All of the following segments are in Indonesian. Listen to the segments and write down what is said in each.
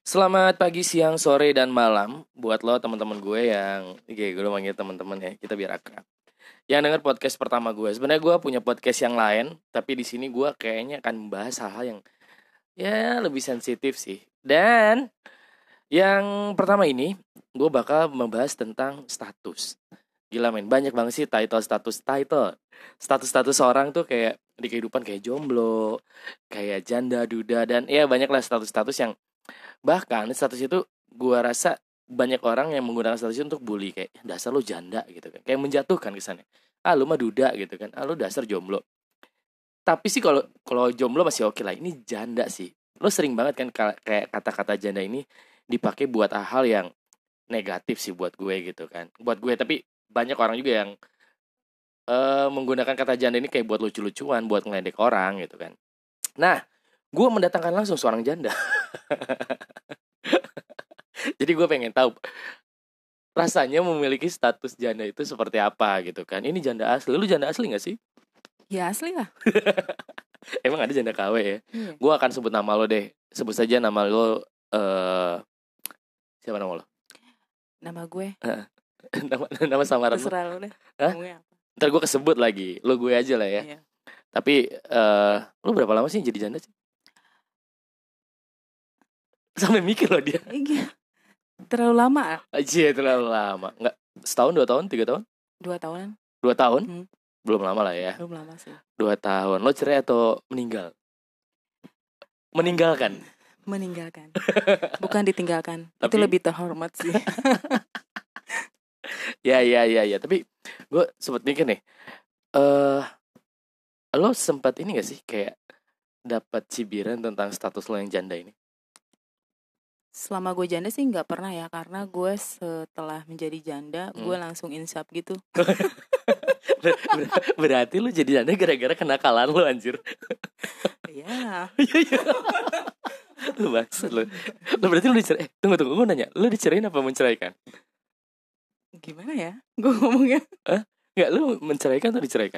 Selamat pagi, siang, sore, dan malam buat lo teman-teman gue yang gue manggil teman-teman ya, kita biar akrab. Yang denger podcast pertama gue. Sebenarnya gue punya podcast yang lain, tapi di sini gue kayaknya akan membahas hal-hal yang ya lebih sensitif sih. Dan yang pertama ini gue bakal membahas tentang status. Gila men, banyak banget sih status orang tuh kayak di kehidupan kayak jomblo, kayak janda, duda, dan ya banyaklah status-status yang bahkan status itu gua rasa banyak orang yang menggunakan status itu untuk bully, kayak dasar lu janda gitu kan, kayak menjatuhkan kesannya. Ah lu mah duda gitu kan, ah lu dasar jomblo. Tapi sih kalau kalau jomblo masih oke lah, ini janda sih. Lo sering banget kan kayak kata-kata janda ini dipakai buat hal yang negatif sih buat gue gitu kan. Buat gue, tapi banyak orang juga yang menggunakan kata janda ini kayak buat lucu-lucuan, buat ngeledek orang gitu kan. Nah, gue mendatangkan langsung seorang janda. Jadi gue pengen tahu rasanya memiliki status janda itu seperti apa gitu kan. Ini janda asli. Lu janda asli gak sih? Ya asli lah. Emang ada janda KW ya? Iya. Gue akan sebut nama lo deh. Sebut saja nama lo. Siapa nama lo? Nama gue nama samaran lo. terserah lo deh. Hah? Ngomongnya apa? Ntar gue kesebut lagi. Lo gue aja lah ya. Iya. Tapi lo berapa lama sih jadi janda sih? Sampai mikir loh dia. Iya. Terlalu lama ah? Aja terlalu lama. Enggak, setahun, 2 tahun, 3 tahun? 2 tahunan. 2 tahun? Belum lama lah ya. Belum lama sih. 2 tahun. Lo cerai atau meninggal? Meninggalkan. Bukan ditinggalkan. Tapi itu lebih terhormat sih. Ya. Tapi gue sempet mikir nih. Lo sempat ini gak sih kayak dapat cibiran tentang status lo yang janda ini? Selama gue janda sih nggak pernah ya, karena gue setelah menjadi janda gue langsung insaf gitu. Berarti lo jadi janda gara-gara kenakalan lo anjir. Iya. Lo maksud lo berarti lo dicerai. Tunggu gue nanya, lo dicerain apa menceraikan? Gimana ya gue ngomongnya? Nggak, lo menceraikan atau diceraikan?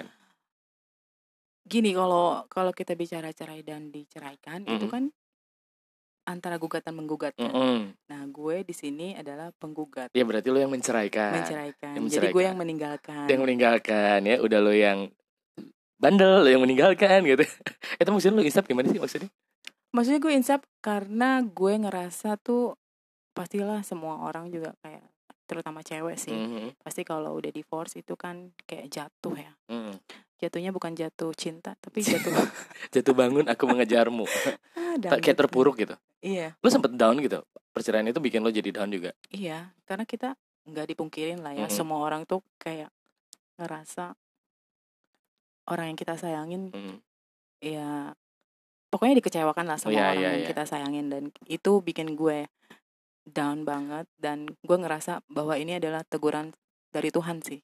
Gini, kalau kita bicara cerai dan diceraikan itu kan antara gugatan menggugat kan. Nah gue di sini adalah penggugat. Ya berarti lo yang menceraikan. Jadi gue yang meninggalkan. Yang meninggalkan ya, udah lo yang bandel, lo yang meninggalkan gitu. Itu maksudnya lo insaf gimana sih maksudnya? Maksudnya gue insaf karena gue ngerasa tuh pastilah semua orang juga kayak, terutama cewek sih, pasti kalau udah divorce itu kan kayak jatuh ya. Jatuhnya bukan jatuh cinta, tapi jatuh jatuh bangun aku mengejarmu. Kayak terpuruk gitu. Iya. Lo sempet down gitu? Perceraian itu bikin lo jadi down juga? Iya, karena kita nggak dipungkirin lah ya, semua orang tuh kayak ngerasa orang yang kita sayangin ya pokoknya dikecewakan lah sama orang yang kita sayangin, dan itu bikin gue down banget, dan gue ngerasa bahwa ini adalah teguran dari Tuhan sih.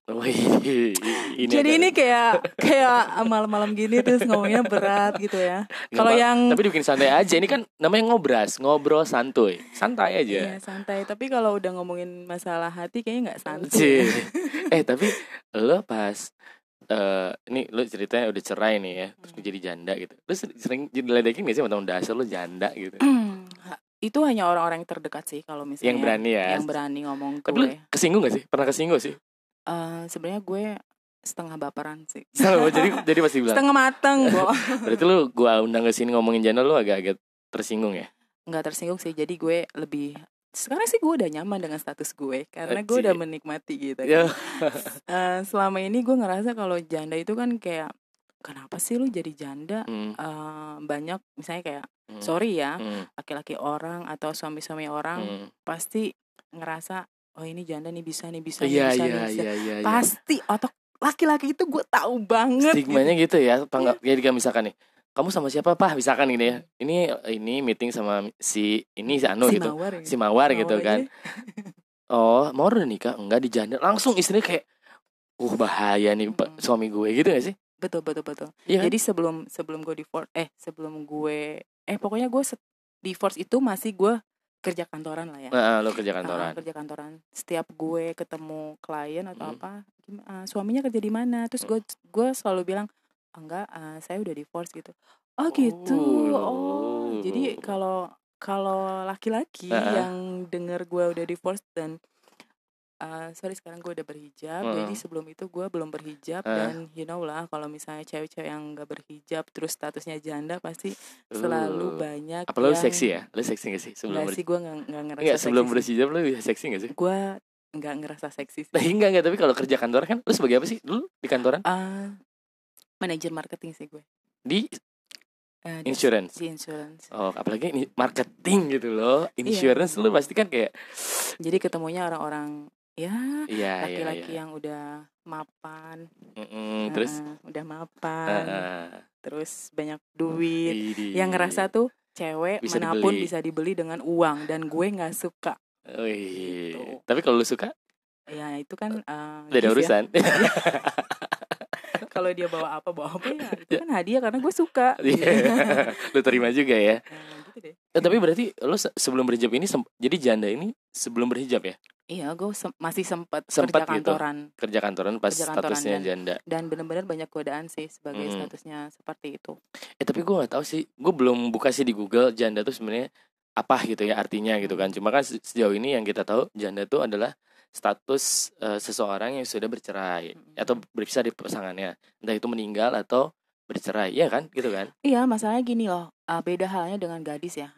Jadi ini kayak malam-malam gini terus ngomongnya berat gitu ya. Kalau yang tapi dibikin santai aja, ini kan namanya ngobrol santai aja. Iya santai, tapi kalau udah ngomongin masalah hati kayaknya nggak santai. Tapi lo pas ini lo ceritanya udah cerai nih ya, terus menjadi janda gitu. Lo sering diledekin gak sih sama temen dasar lo janda gitu? Itu hanya orang-orang yang terdekat sih, kalau misalnya yang berani ya, yang berani ngomong ke gue. Tapi kesinggung gak sih? Pernah kesinggung sih? Sebenarnya gue setengah baperan sih. jadi pasti bilang setengah mateng, Bo. Berarti lu gue undang ke sini ngomongin janda, lu agak-agak tersinggung ya? Nggak tersinggung sih, jadi gue lebih, sekarang sih gue udah nyaman dengan status gue karena gue udah menikmati gitu kan. Selama ini gue ngerasa kalau janda itu kan kayak, kenapa sih lu jadi janda? Banyak misalnya kayak sorry ya, laki-laki orang atau suami-suami orang pasti ngerasa, oh ini janda nih bisa. Pasti otak laki-laki itu gue tahu banget. Stigmanya gitu ya. Jadi misalkan nih, kamu sama siapa Pak? Misalkan gini ya, ini meeting sama si Anu si gitu, Mawar, si Mawar gitu kan. Oh, Mawar udah nikah? Enggak, di janda. Langsung istrinya kayak, bahaya nih suami gue gitu gak sih? Betul. Ya, jadi sebelum gue divorce, pokoknya gue divorce itu masih gue kerja kantoran lah ya. Lo kerja kantoran. Kerja kantoran. Setiap gue ketemu klien atau apa, suaminya kerja di mana? Terus gue selalu bilang, enggak, saya udah divorce gitu. Oh gitu. Jadi kalau Kalau laki-laki yang denger gue udah divorce dan sorry sekarang gue udah berhijab, jadi sebelum itu gue belum berhijab dan you know lah kalau misalnya cewek-cewek yang gak berhijab terus statusnya janda pasti selalu banyak. Apa lo seksi ya? Lo seksi gak sih sebelum berhijab? Sih gue gak ngerasa seksi. Sebelum berhijab lo seksi gak sih? Gue gak ngerasa seksi sih. Enggak, tapi kalau kerja kantoran kan lo sebagai apa sih dulu di kantoran? Manajer marketing sih gue. Di insurance. Di insurance. Oh, apalagi ini marketing gitu loh. Insurance lo pasti kan kayak. Jadi ketemunya orang-orang laki-laki yang udah mapan, terus udah mapan, terus banyak duit, yang ngerasa tuh cewek bisa manapun bisa dibeli dengan uang dan gue nggak suka. Gitu. Tapi kalau lu suka? Ya itu kan beda urusan. Ya. Kalau dia bawa apa ya itu kan hadiah karena gue suka. Lu terima juga ya. Gitu deh. Tapi berarti lu sebelum berhijab ini jadi janda ini sebelum berhijab ya? Iya, gue masih sempat kerja kantoran. Gitu. Kerja kantoran pas statusnya janda. Dan benar-benar banyak godaan sih sebagai statusnya seperti itu. Tapi gue nggak tahu sih, gue belum buka sih di Google janda tuh sebenarnya apa gitu ya artinya gitu kan. Cuma kan sejauh ini yang kita tahu janda tuh adalah status seseorang yang sudah bercerai atau berpisah di pasangannya, entah itu meninggal atau bercerai, ya kan, gitu kan? Iya, masalahnya gini loh, beda halnya dengan gadis ya.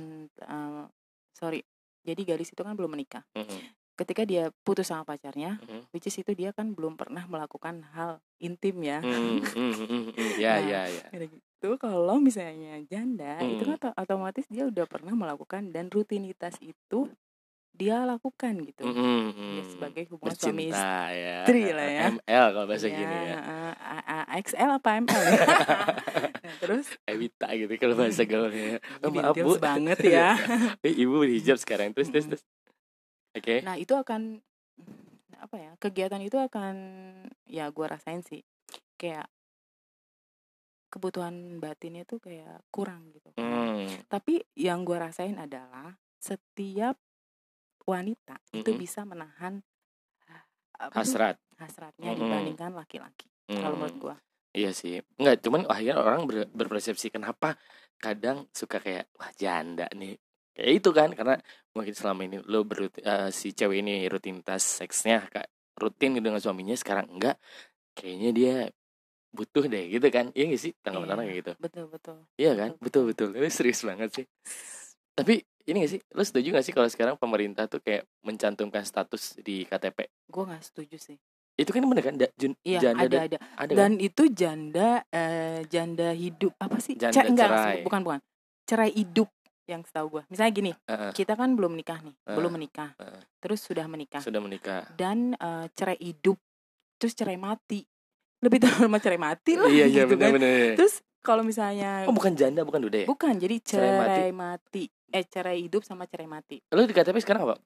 Jadi gadis itu kan belum menikah. Ketika dia putus sama pacarnya, which is itu dia kan belum pernah melakukan hal intim ya. Ya. Gitu, kalau misalnya janda itu kan otomatis dia udah pernah melakukan dan rutinitas itu dia lakukan gitu. Ya, sebagai hubungan suami istri lah ya. ML kalau bahasa gini ya. XL apa ML ya? Nah, terus Evita gitu kalau bahasa gaulnya. Maaf Bu banget ya. Ibu berhijab sekarang terus. Oke. Nah, itu akan apa ya? Kegiatan itu akan ya gue rasain sih kayak kebutuhan batinnya tuh kayak kurang gitu. Tapi yang gue rasain adalah setiap wanita itu bisa menahan hasratnya dibandingkan laki-laki. Kalau menurut gue. Iya sih. Enggak, cuman akhirnya orang berpersepsi kenapa kadang suka kayak wah janda nih. Kayak itu kan karena mungkin selama ini lo si cewek ini rutinitas seksnya rutin dengan suaminya, sekarang enggak. Kayaknya dia butuh deh gitu kan. Iya gak sih? Tanggapan orang kayak gitu. Betul. Iya kan? Betul. Ini serius banget sih. Tapi ini gak sih, lo setuju gak sih kalau sekarang pemerintah tuh kayak mencantumkan status di KTP? Gue gak setuju sih. Itu kan bener kan? Janda ada. Dan kan? Itu janda hidup apa sih? Cerai. Bukan. Cerai hidup yang setahu gue. Misalnya gini, kita kan belum menikah nih, belum menikah. Terus sudah menikah. Dan cerai hidup, terus cerai mati. Lebih terhormat cerai mati lah. Iya, gitu bener. Kan. Terus kalau misalnya bukan janda, bukan duda ya? Bukan, jadi cerai mati. Cerai hidup sama cerai mati. Lo di KTP sekarang apa?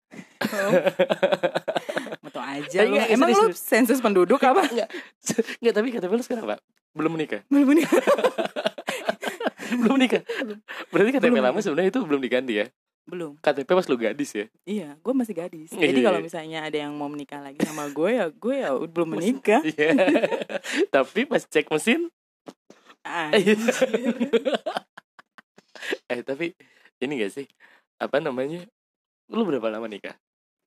Betul aja lu. Emang lu sensus penduduk apa? Enggak, tapi KTP lu sekarang apa? Belum menikah. Belum menikah. Berarti KTP lama sebenarnya itu belum diganti ya? Belum. KTP pas lu gadis ya? Iya, gue masih gadis. Jadi kalau misalnya ada yang mau menikah lagi sama gue ya belum menikah. Iya. Tapi pas cek mesin tapi ini gak sih? Apa namanya? Lu berapa lama nikah?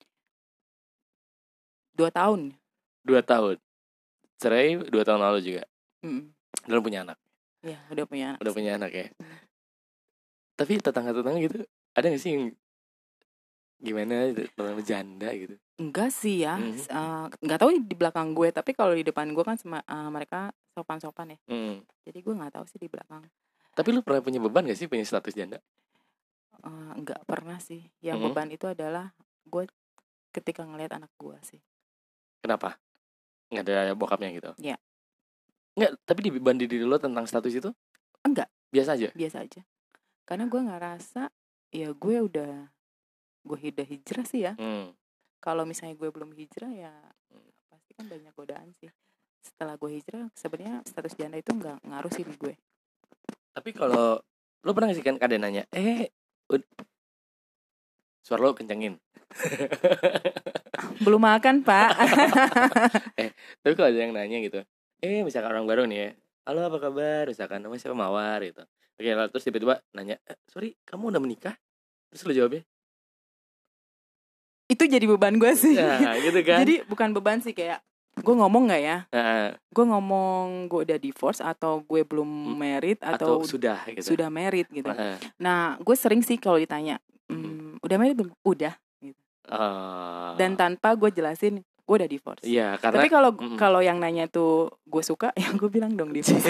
2 tahun. 2 tahun. Cerai 2 tahun lalu juga. Dan punya anak. Iya, udah punya anak ya. Tapi tetangga-tetangga gitu ada gak sih yang gimana tentang janda gitu? Enggak sih ya. Enggak tahu di belakang gue, tapi kalau di depan gue kan mereka sopan-sopan ya. Jadi gue enggak tahu sih di belakang. Tapi lu pernah punya beban gak sih punya status janda? Enggak pernah sih. Yang beban itu adalah gue ketika ngelihat anak gue sih. Kenapa? Nggak ada bokapnya gitu? Iya. Nggak, tapi di beban diri lo tentang status itu? Enggak. Biasa aja? Biasa aja. Karena gue ngerasa ya gue udah hijrah sih ya. Kalau misalnya gue belum hijrah ya pasti kan banyak godaan sih. Setelah gue hijrah sebenarnya status janda itu nggak ngaruh sih di gue. Tapi kalau lo pernah nggak sih kan ada nanya suara lo kencengin. Belum makan Pak. Tapi kalau ada yang nanya gitu, misalkan orang baru nih ya, halo apa kabar, misalkan nama siapa Mawar gitu. Oke, terus tiba-tiba nanya, sorry kamu udah menikah? Terus lu jawabnya? Itu jadi beban gue sih. Nah, gitu kan? Jadi bukan beban sih, kayak gue ngomong nggak ya? Gue ngomong gue udah divorce atau gue belum married atau sudah gitu. Sudah married gitu. Nah, gue sering sih kalau ditanya, udah married belum? Udah. Gitu. Dan tanpa gue jelasin gue udah divorce. Iya, karena tapi kalau yang nanya tuh gue suka, ya gue bilang dong divorce.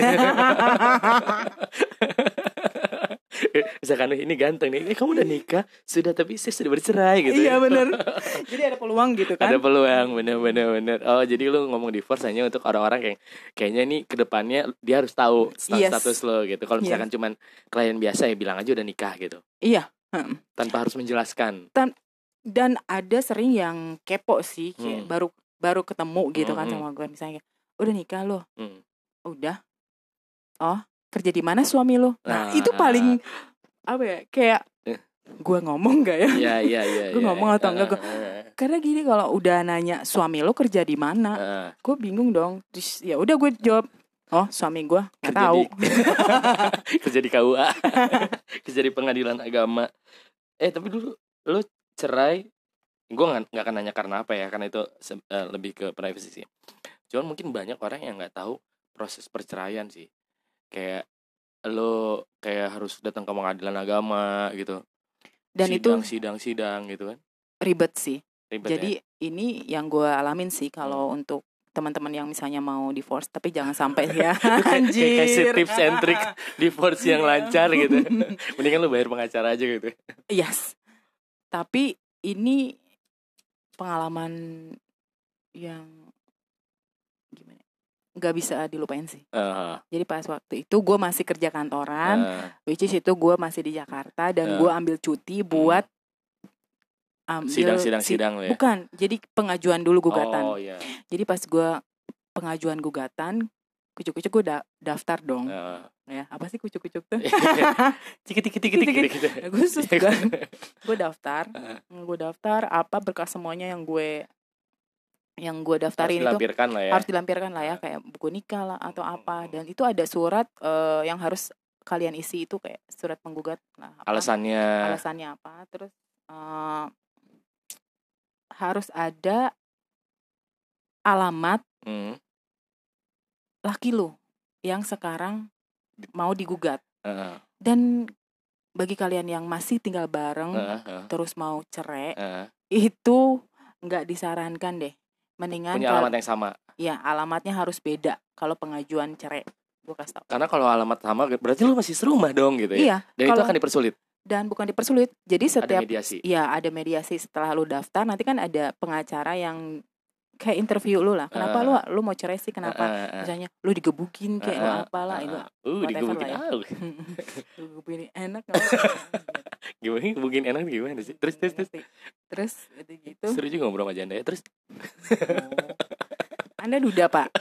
Misalkan ini ganteng nih, kamu udah nikah sudah tapi saya sudah bercerai gitu. Iya benar. Jadi ada peluang gitu kan? Ada peluang, bener. Oh jadi lu ngomong divorce hanya untuk orang-orang yang kayaknya nih kedepannya dia harus tahu status lo gitu. Kalau misalkan cuman klien biasa ya bilang aja udah nikah gitu. Iya. Tanpa harus menjelaskan. Dan ada sering yang kepo sih, kayak baru ketemu gitu kan sama gue, misalnya udah nikah lo, udah, oh kerja di mana suami lo? Nah itu paling apa ya, kayak gue ngomong gak ya? Iya. Gue ngomong atau enggak gue? Karena gini, kalau udah nanya suami lo kerja di mana, gue bingung dong. Terus ya udah gue jawab, oh suami gue nggak tahu. Kerja di KUA, kerja di pengadilan agama. Tapi dulu lo cerai, gue nggak akan nanya karena apa ya, karena itu lebih ke privacy sih. Cuman mungkin banyak orang yang nggak tahu proses perceraian sih. Kayak lo kayak harus datang ke pengadilan agama gitu. Dan sidang gitu kan. Ribet sih. Jadi ini yang gue alamin sih kalau untuk teman-teman yang misalnya mau divorce, tapi jangan sampai ya. Anjir. Kasih tips and trick divorce yang lancar gitu. Mendingan lo bayar pengacara aja gitu. Yes. Tapi ini pengalaman yang gimana? Gak bisa dilupain sih. Jadi pas waktu itu gue masih kerja kantoran, which is itu gue masih di Jakarta, dan gue ambil cuti buat sidang ya? Bukan, jadi pengajuan dulu gugatan. Oh, yeah. Jadi pas gue pengajuan gugatan, kucuk-kucuk gue daftar dong. Ya, apa sih kucuk-kucuk tuh? Tikit. Gue daftar apa berkas semuanya yang gue daftarin harus dilampirkan lah ya, kayak buku nikah lah atau apa, dan itu ada surat yang harus kalian isi, itu kayak surat penggugat lah, alasannya apa, terus harus ada alamat laki lu yang sekarang mau digugat. Dan bagi kalian yang masih tinggal bareng terus mau cerai, itu nggak disarankan deh. Mendingan punya alamat yang sama. Ya, alamatnya harus beda kalau pengajuan cerai. Gue kasih tau. Karena kalau alamat sama berarti lu masih serumah dong gitu ya. Iya. Dan itu akan dipersulit. Dan bukan dipersulit. Jadi setiap ada mediasi setelah lu daftar, nanti kan ada pengacara yang kayak interview lu lah. Kenapa lu mau cerai sih? Kenapa? Misalnya lu digebukin kayak apalah itu. Digebukin. Digebukin enak. Gimana gebukin enak gimana sih? Terus gitu. Seru juga ngobrol sama janda ya. Terus Anda duda, Pak.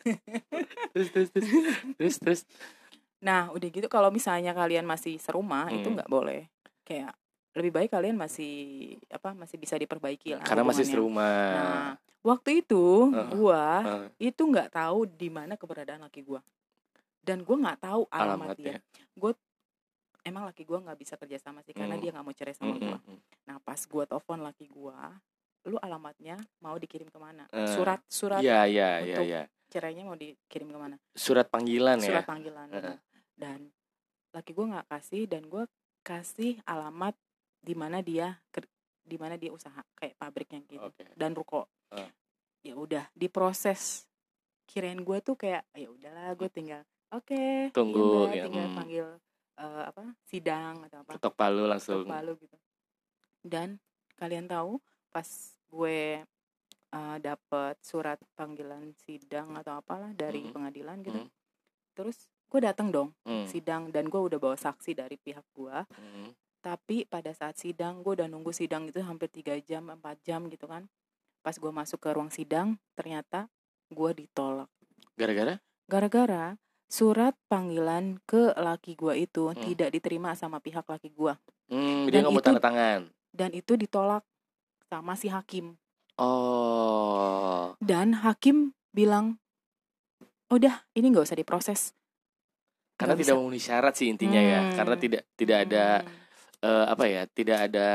Terus. Nah, udah gitu kalau misalnya kalian masih serumah, itu nggak boleh. Kayak lebih baik kalian masih bisa diperbaiki lah. Karena masih serumah. Nah, waktu itu gua itu nggak tahu di mana keberadaan laki gua. Dan gua nggak tahu alamat dia. Emang laki gua nggak bisa kerja sama sih, karena dia nggak mau cerai sama gua. Nah, pas gua telepon laki gua, lu alamatnya mau dikirim kemana? Surat Iya. Cerainya mau dikirim kemana? Surat panggilan. Dan laki gue nggak kasih, dan gue kasih alamat di mana dia usaha, kayak pabriknya gitu, dan ruko. Ya udah diproses. Kirain gue tuh kayak ya udahlah, gue tinggal tunggu ya, tinggal panggil sidang atau apa, ketok palu langsung gitu. Dan kalian tahu pas gue dapet surat panggilan sidang atau apalah dari pengadilan gitu, terus gue datang dong sidang, dan gue udah bawa saksi dari pihak gue. Tapi pada saat sidang, gue udah nunggu sidang itu hampir 3 jam 4 jam gitu kan. Pas gue masuk ke ruang sidang, ternyata gue ditolak. Gara-gara surat panggilan ke laki gue itu tidak diterima sama pihak laki gue. Dia nggak mau tanda tangan. Dan itu ditolak sama si hakim. Oh. Dan hakim bilang, udah ini nggak usah diproses. Karena tidak memenuhi syarat sih intinya ya. Karena tidak ada tidak ada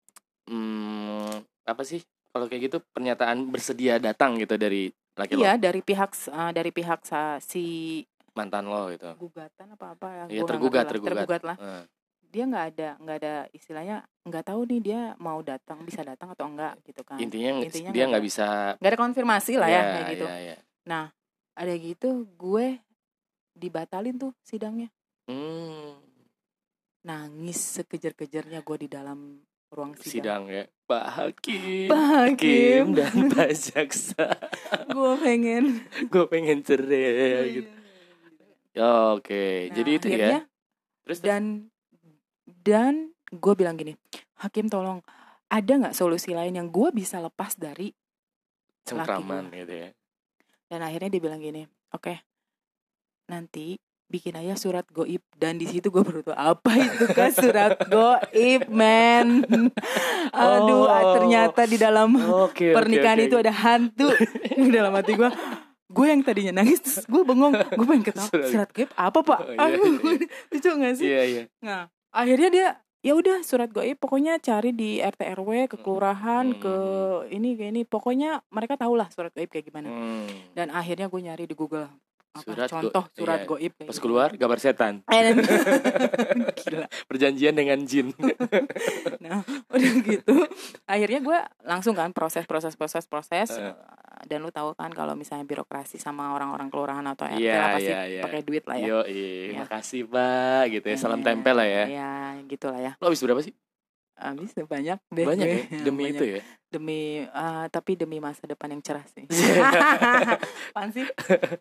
apa sih? Kalau kayak gitu pernyataan bersedia datang gitu dari laki lo. Iya, dari pihak si mantan lo gitu. Gugatan apa ya, tergugat lah. Dia nggak ada istilahnya, nggak tahu nih dia mau bisa datang atau enggak gitu kan. Intinya dia nggak bisa, nggak ada konfirmasi lah ya kayak gitu. Ya. Nah ada gitu, gue dibatalin tuh sidangnya. Nangis sekejar-kejarnya gue di dalam ruang sidang ya. Pak Hakim dan Pak Jaksa. gue pengen cerai gitu. Oke. Jadi itu ya. Terus dan gue bilang gini, Hakim tolong, ada nggak solusi lain yang gue bisa lepas dari cengkraman gitu ya. Dan akhirnya dia bilang gini, oke, nanti bikin aja surat goib. Dan di situ gue baru tahu apa itu kan surat goib, men. Aduh, ternyata di dalam pernikahan itu ada hantu. Dalam hati gue yang tadinya nangis, terus gue bengong, gue pengen ketawa, surat goib apa pak? Lucu nggak sih? Iya. Nah, akhirnya dia ya udah surat goib, pokoknya cari di RT RW, ke kelurahan, ke ini, pokoknya mereka tahulah surat goib kayak gimana. Dan akhirnya gue nyari di Google surat goib. Pas keluar gambar setan. Gila. Perjanjian dengan jin. Nah udah gitu, akhirnya gue langsung kan proses. Dan lu tahu kan kalau misalnya birokrasi sama orang-orang kelurahan atau RT pasti pakai duit lah ya. Makasih pak gitu ya, salam tempel lah ya. Ya gitulah ya. Lo habis berapa sih? Habis banyak deh. Banyak ya? Demi itu ya? Tapi demi masa depan yang cerah sih. Apaan sih?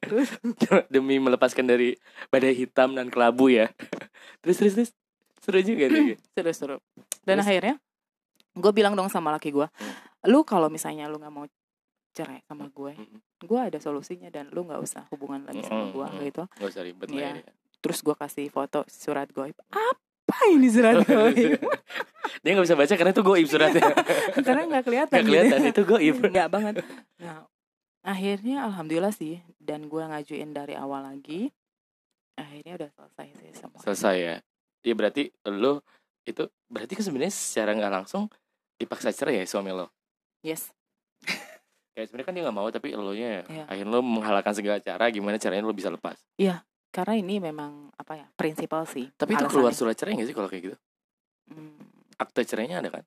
Demi melepaskan dari badai hitam dan kelabu ya. Terus seru juga deh. Seru. Dan akhirnya gue bilang dong sama laki gue, lu kalau misalnya lu nggak mau cerai sama gue ada solusinya, dan lu nggak usah hubungan lagi sama gue gitu. Nggak usah ribet ya. Terus gue kasih foto surat goib. Apa ini surat goib? Dia nggak bisa baca karena itu goib suratnya. Karena nggak kelihatan. Itu goib. Nggak banget. Nah akhirnya alhamdulillah sih, dan gue ngajuin dari awal lagi, akhirnya udah selesai sih semua. Selesai ya. Iya berarti lo itu berarti kan sebenarnya secara nggak langsung dipaksa cerai ya suami lo. Yes. Kayak sebenarnya kan dia nggak mau, tapi elonya akhirnya lo menghalalkan segala cara, gimana caranya lo bisa lepas. Iya, karena ini memang prinsipal sih. Tapi itu keluar surat cerai nggak sih kalau kayak gitu? Akte cerainya ada kan?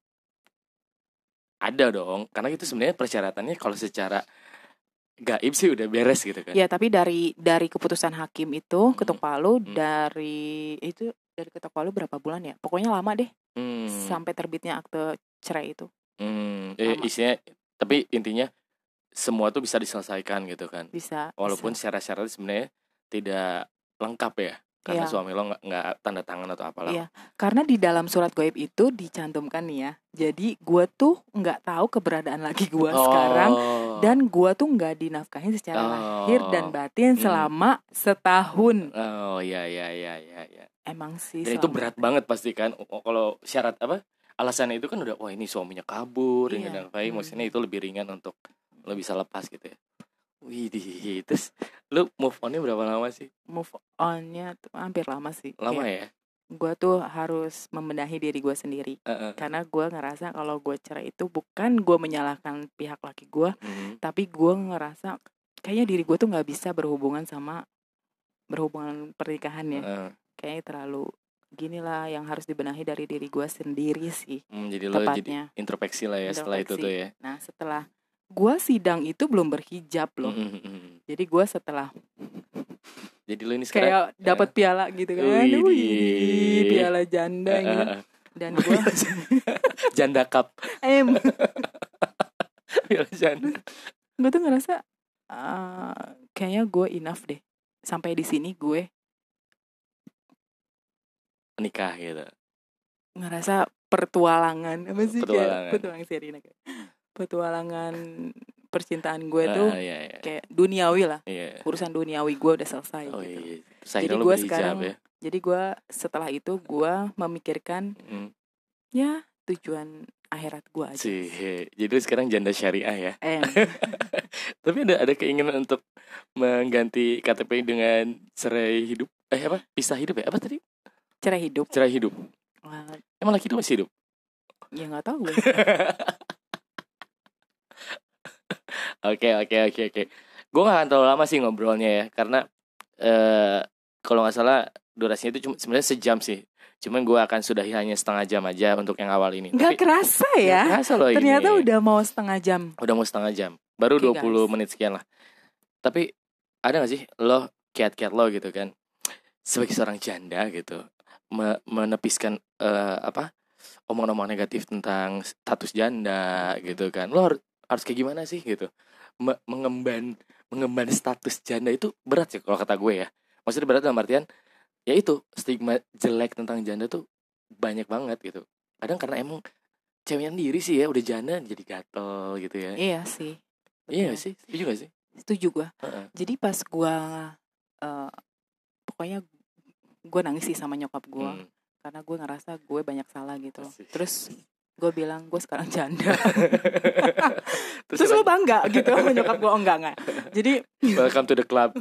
Ada dong, karena itu sebenarnya persyaratannya kalau secara gaib sih udah beres gitu kan. Iya, tapi dari keputusan hakim itu ketuk palu, dari ketuk palu berapa bulan ya? Pokoknya lama deh. Sampai terbitnya akte cerai itu. Isinya, tapi intinya semua tuh bisa diselesaikan gitu kan. Bisa. Walaupun syarat-syarat sebenarnya tidak lengkap ya. Karena suami lo nggak tanda tangan atau apalah. Iya, karena di dalam surat goib itu dicantumkan nih ya. Jadi gue tuh nggak tahu keberadaan laki gue sekarang, dan gue tuh nggak dinafkahin secara lahir dan batin selama setahun. Iya. Emang sih. Dan itu berat banget pasti kan. Kalau syarat alasannya itu kan udah, wah ini suaminya kabur, dan lain-lain. Maksudnya itu lebih ringan untuk lo bisa lepas gitu ya. Widih, terus lu move on-nya berapa lama sih? Move on-nya hampir lama sih. Lama ya? Gue tuh harus membenahi diri gue sendiri. Karena gue ngerasa kalau gue cerai itu bukan gue menyalahkan pihak laki gue, tapi gue ngerasa kayaknya diri gue tuh gak bisa berhubungan pernikahan ya. Kayaknya terlalu ginilah yang harus dibenahi dari diri gue sendiri sih. Jadi lo jadi introspeksi lah ya setelah itu tuh ya. Nah setelah gue sidang itu belum berhijab loh. Jadi gue setelah jadi lo ini sekarang kayak dapat piala gitu kan. Piala janda gitu. Dan gue janda cup. Piala janda. Gue tuh ngerasa kayaknya gue enough deh. Sampai di sini gue nikah gitu. Ngerasa petualangan apa sih? Petualangan Serina kayak. Petualangan percintaan gue tuh kayak duniawi lah. Urusan duniawi gue udah selesai gitu. Jadi gue sekarang jadi gue setelah itu gue memikirkan ya tujuan akhirat gue aja. Jadi sekarang janda syariah ya. Tapi ada keinginan untuk mengganti KTP dengan cerai hidup? Apa? Pisah hidup ya? Apa tadi? Cerai hidup. Cerai hidup. Emang laki itu masih hidup? Ya nggak tahu gue. Oke. Gue gak akan terlalu lama sih ngobrolnya ya, karena kalau nggak salah durasinya itu cuma sebenarnya sejam sih. Cuman gue akan sudahi hanya setengah jam aja untuk yang awal ini. Nggak kerasa ya. Nggak kerasa loh ini. Ternyata udah mau setengah jam. Udah mau setengah jam. Baru 20 menit sekian lah. Tapi ada gak sih lo kiat-kiat lo gitu kan, sebagai seorang janda gitu, menepiskan omong-omong negatif tentang status janda gitu kan. Lo harus kayak gimana sih gitu, mengemban status janda itu berat sih kalau kata gue ya. Maksudnya berat dalam artian ya itu stigma jelek tentang janda tuh banyak banget gitu. Kadang karena emang ceweknya sendiri sih ya udah janda jadi gatel gitu ya. Iya sih. Betul. Iya sih, setuju gak sih? Setuju gue. Jadi pas gue pokoknya gue nangis sih sama nyokap gue, karena gue ngerasa gue banyak salah gitu. Terus gue bilang gue sekarang janda. Terus lo bangga gitu sama nyokap gue? Oh enggak. Jadi welcome to the club.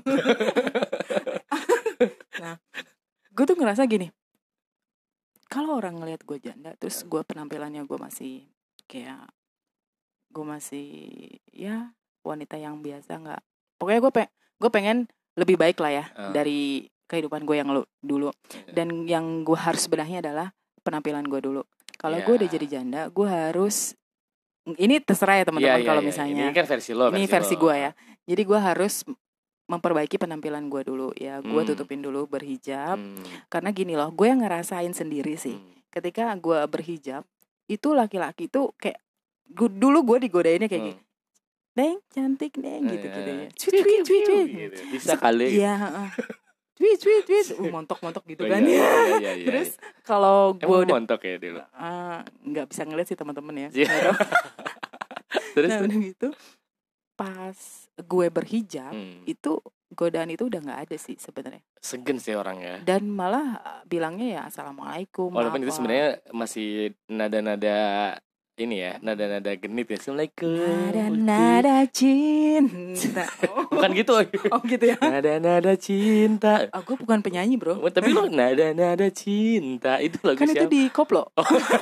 Nah, gue tuh ngerasa gini, kalau orang ngelihat gue janda, terus gue penampilannya gue masih kayak gue masih ya wanita yang biasa, nggak, pokoknya gue pengen lebih baik lah ya dari kehidupan gue yang dulu. Dan yang gue harus benahnya adalah penampilan gue dulu. Kalau gue udah jadi janda, gue harus, ini terserah ya teman-teman kalau misalnya ini kan versi lo, ini versi gue ya. Jadi gue harus memperbaiki penampilan gue dulu ya. Gue tutupin dulu berhijab. Karena gini loh, gue yang ngerasain sendiri sih. Ketika gue berhijab, itu laki-laki tuh kayak dulu gue digodainnya kayak gini, Neng cantik Neng gitu ya. Tweet gitu. Bisa kali. Iya, tweet montok gitu kan. Iya. Terus kalau gue udah montok ya dulu, nggak bisa ngeliat sih teman-teman ya. Terus nah udah gitu pas gue berhijab, itu godaan itu udah nggak ada sih sebenarnya. Segen sih orangnya. Dan malah bilangnya ya assalamualaikum. Walaupun itu sebenarnya masih nada-nada ini ya, nada-nada genit ya. Assalamualaikum. Nada-nada cinta. Bukan gitu. Oh gitu ya. Nada-nada cinta. Gue bukan penyanyi bro. Tapi lo nada-nada cinta itu lagu kan siapa? Itu di koplo.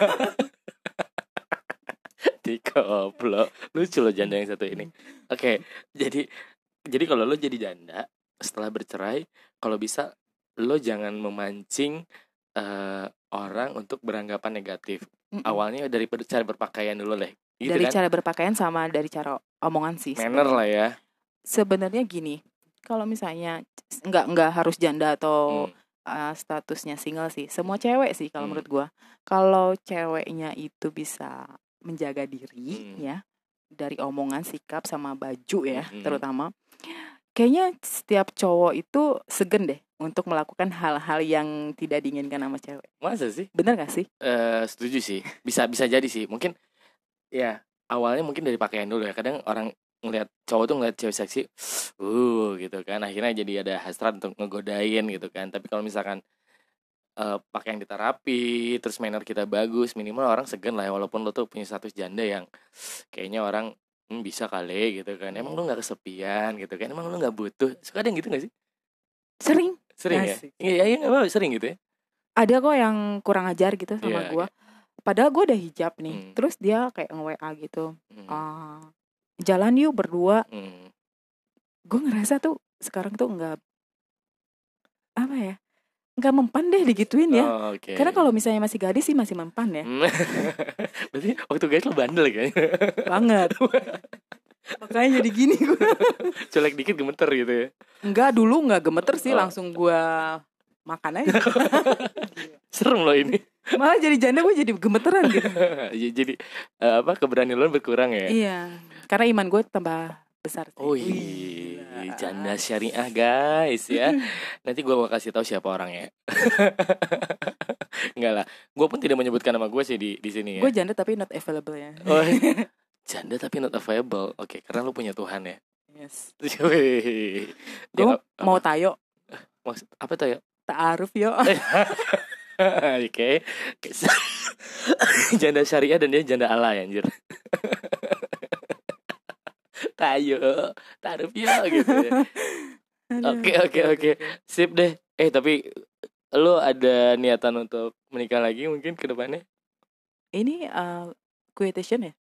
Di koplo. Lucu lo janda yang satu ini. Oke, jadi kalau lo jadi janda setelah bercerai, kalau bisa lo jangan memancing orang untuk beranggapan negatif. Awalnya dari cara berpakaian dulu deh. Gitu dari kan? Cara berpakaian sama dari cara omongan sih. Manner lah ya. Sebenarnya gini, kalau misalnya nggak harus janda atau statusnya single sih. Semua cewek sih kalau menurut gue. Kalau ceweknya itu bisa menjaga diri ya, dari omongan, sikap sama baju ya, terutama. Kayaknya setiap cowok itu segan deh untuk melakukan hal-hal yang tidak diinginkan sama cewek. Masa sih? Bener gak sih? Setuju sih. Bisa jadi sih. Mungkin ya awalnya mungkin dari pakaian dulu ya. Kadang orang ngelihat cowok tuh ngelihat cewek seksi, gitu kan. Akhirnya jadi ada hasrat untuk ngegodain gitu kan. Tapi kalau misalkan pakaian kita rapi, terus manner kita bagus, minimal orang segan lah ya. Walaupun lo tuh punya status janda yang kayaknya orang bisa kali gitu kan. Emang lu gak kesepian gitu kan. Emang lu gak butuh. Suka ada yang gitu gak sih? Sering ya? Iya gak apa-apa, sering gitu ya. Ada kok yang kurang ajar gitu sama gue. Padahal gue udah hijab nih. Terus dia kayak nge-WA gitu, jalan yuk berdua. Gue ngerasa tuh sekarang tuh gak, apa ya, gak mempan deh digituin ya. Karena kalau misalnya masih gadis sih masih mempan ya. Berarti waktu gadis lo bandel kayaknya. Banget. Makanya jadi gini gue. Colek dikit gemeter gitu ya. Enggak, dulu gak gemeter sih. Langsung gue makan aja. Serem loh ini. Malah jadi janda gue jadi gemeteran gitu. Jadi keberanian lo berkurang ya. Iya, karena iman gue tambah besar sih. Oh iya, janda syariah guys ya. Nanti gue mau kasih tahu siapa orangnya. Enggak lah, gue pun tidak menyebutkan nama gue sih di sini ya. Gue janda tapi not available ya. Oh, janda tapi not available. Oke, karena lu punya Tuhan ya. Yes. Gue mau tayo. Maksud apa tayo? Ta'aruf yo. Oke. Janda syariah dan dia janda Allah ya anjir. Tayo, taruh ya gitu ya. Oke. Sip deh. Tapi lo ada niatan untuk menikah lagi mungkin ke depannya? Ini question ya?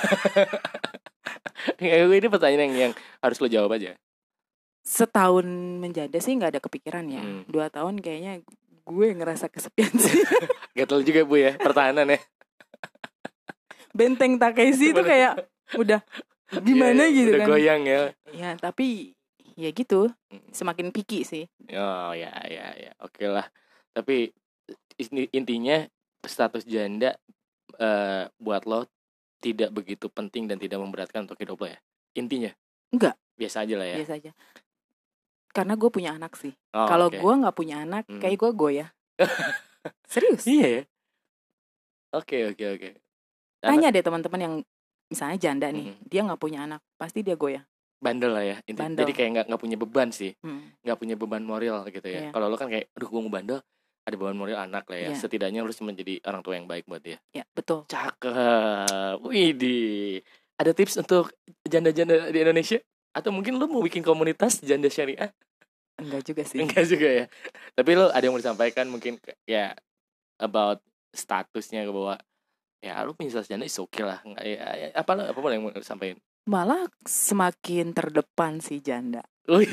Ini pertanyaan yang harus lo jawab aja. Setahun menjanda sih nggak ada kepikiran ya. 2 tahun kayaknya gue ngerasa kesepian sih. Gatel juga Bu ya, pertahanan ya. Benteng Takeshi itu kayak udah gimana gitu udah kan. Udah goyang ya. Ya tapi ya gitu, semakin picky sih. Oh ya. Oke lah. Tapi intinya status janda buat lo tidak begitu penting dan tidak memberatkan untuk hidup lo ya. Intinya. Enggak. Biasa aja lah ya. Biasa aja. Karena gue punya anak sih. Kalau gue nggak punya anak, kayak gue goyah. Serius? Iya ya. Oke. Tanya deh teman-teman yang misalnya janda nih, dia nggak punya anak, pasti dia goyah. Bandel lah ya. Bandel. Jadi kayak nggak punya beban sih, nggak punya beban moral gitu ya. Kalau lo kan kayak, aduh gue mau bandel, ada beban moral anak lah ya. Setidaknya lo harus menjadi orang tua yang baik buat dia. Ya betul. Cakep. Widih. Ada tips untuk janda-janda di Indonesia? Atau mungkin lo mau bikin komunitas janda syariah? Enggak juga sih. Enggak juga ya. Tapi lo ada yang mau disampaikan mungkin ya about statusnya ke bawah. Ya lu punya status janda is okay lah. Apa yang mau disampaikan? Malah semakin terdepan sih janda.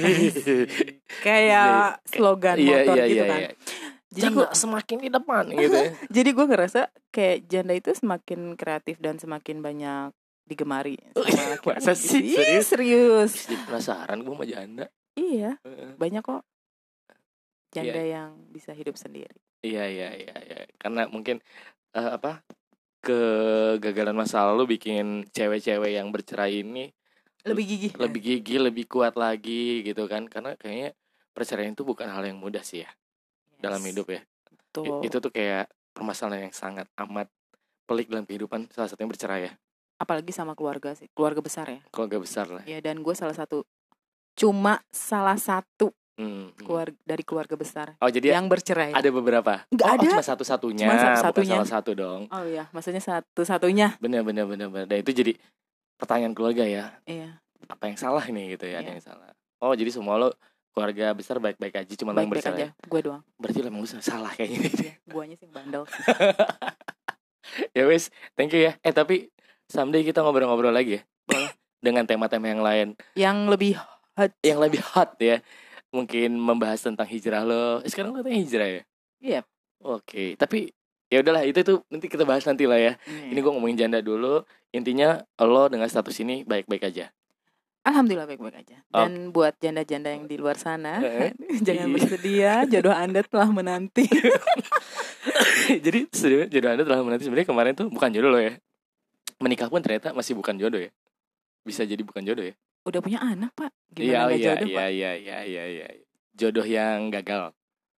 Kayak slogan motor gitu kan. Jadi janda semakin di depan gitu ya. Jadi gue ngerasa kayak janda itu semakin kreatif dan semakin banyak digemari sama laki-laki. Masa sih? Serius. Jadi penasaran gue sama janda. Iya. Banyak kok janda yang bisa hidup sendiri. Iya. Karena mungkin kegagalan masa lalu bikin cewek-cewek yang bercerai ini lebih gigih, lebih kuat lagi gitu kan. Karena kayaknya perceraian itu bukan hal yang mudah sih ya. Dalam hidup ya. Itu tuh kayak permasalahan yang sangat amat pelik dalam kehidupan, salah satunya bercerai ya. Apalagi sama keluarga sih, keluarga besar ya. Keluarga besar lah. Ya, dan gue cuma salah satu dari keluarga besar. Oh, jadi yang bercerai. Ada beberapa? Nggak ada. Cuma satu-satunya. Bukan salah satu dong. Oh iya, maksudnya satu-satunya. Benar. Dan itu jadi pertanyaan keluarga ya. Iya. Apa yang salah nih gitu ya? Ada yang salah. Oh, jadi semua lo keluarga besar baik-baik aja, cuma lo yang bercerai. Baik-baik aja, gue doang. Berarti lo emang salah kayaknya. Iya, guanya sih bandel. Ya wes, thank you ya. Tapi someday kita ngobrol-ngobrol lagi ya. Dengan tema-tema yang lain. Yang lebih hot ya. Mungkin membahas tentang hijrah lo. Sekarang lo katanya hijrah ya? Iya. Oke. Tapi ya udahlah, itu nanti kita bahas nanti lah ya. Ini gue ngomongin janda dulu. Intinya lo dengan status ini baik-baik aja. Alhamdulillah baik-baik aja. Dan buat janda-janda yang di luar sana, jangan bersedia, jodoh Anda telah menanti. Jadi jodoh Anda telah menanti. Sebenarnya kemarin tuh bukan jodoh lo ya. Menikah pun ternyata masih bukan jodoh ya. Bisa jadi bukan jodoh ya. Udah punya anak, Pak. Gimana jodoh, Pak? Iya. Jodoh yang gagal.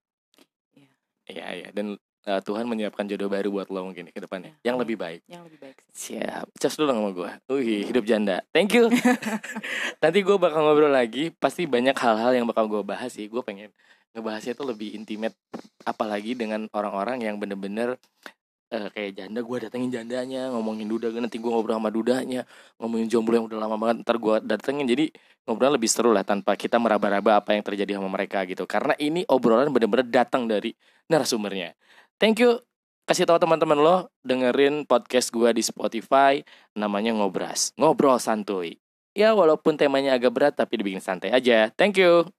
Iya. Dan Tuhan menyiapkan jodoh baru buat lo mungkin ke depannya. Yang lebih baik. Siap. Cas dulu sama gue. Hidup janda. Thank you. Nanti gue bakal ngobrol lagi. Pasti banyak hal-hal yang bakal gue bahas sih. Gue pengen ngebahasnya tuh lebih intimate. Apalagi dengan orang-orang yang bener-bener kayak janda, gue datengin jandanya, ngomongin duda, nanti gue ngobrol sama dudanya, ngomongin jomblo yang udah lama banget, ntar gue datengin. Jadi ngobrol lebih seru lah tanpa kita meraba-raba apa yang terjadi sama mereka gitu. Karena ini obrolan bener-bener datang dari narasumbernya. Thank you. Kasih tahu teman-teman lo dengerin podcast gue di Spotify, namanya Ngobras, ngobrol santuy. Ya walaupun temanya agak berat tapi dibikin santai aja. Thank you.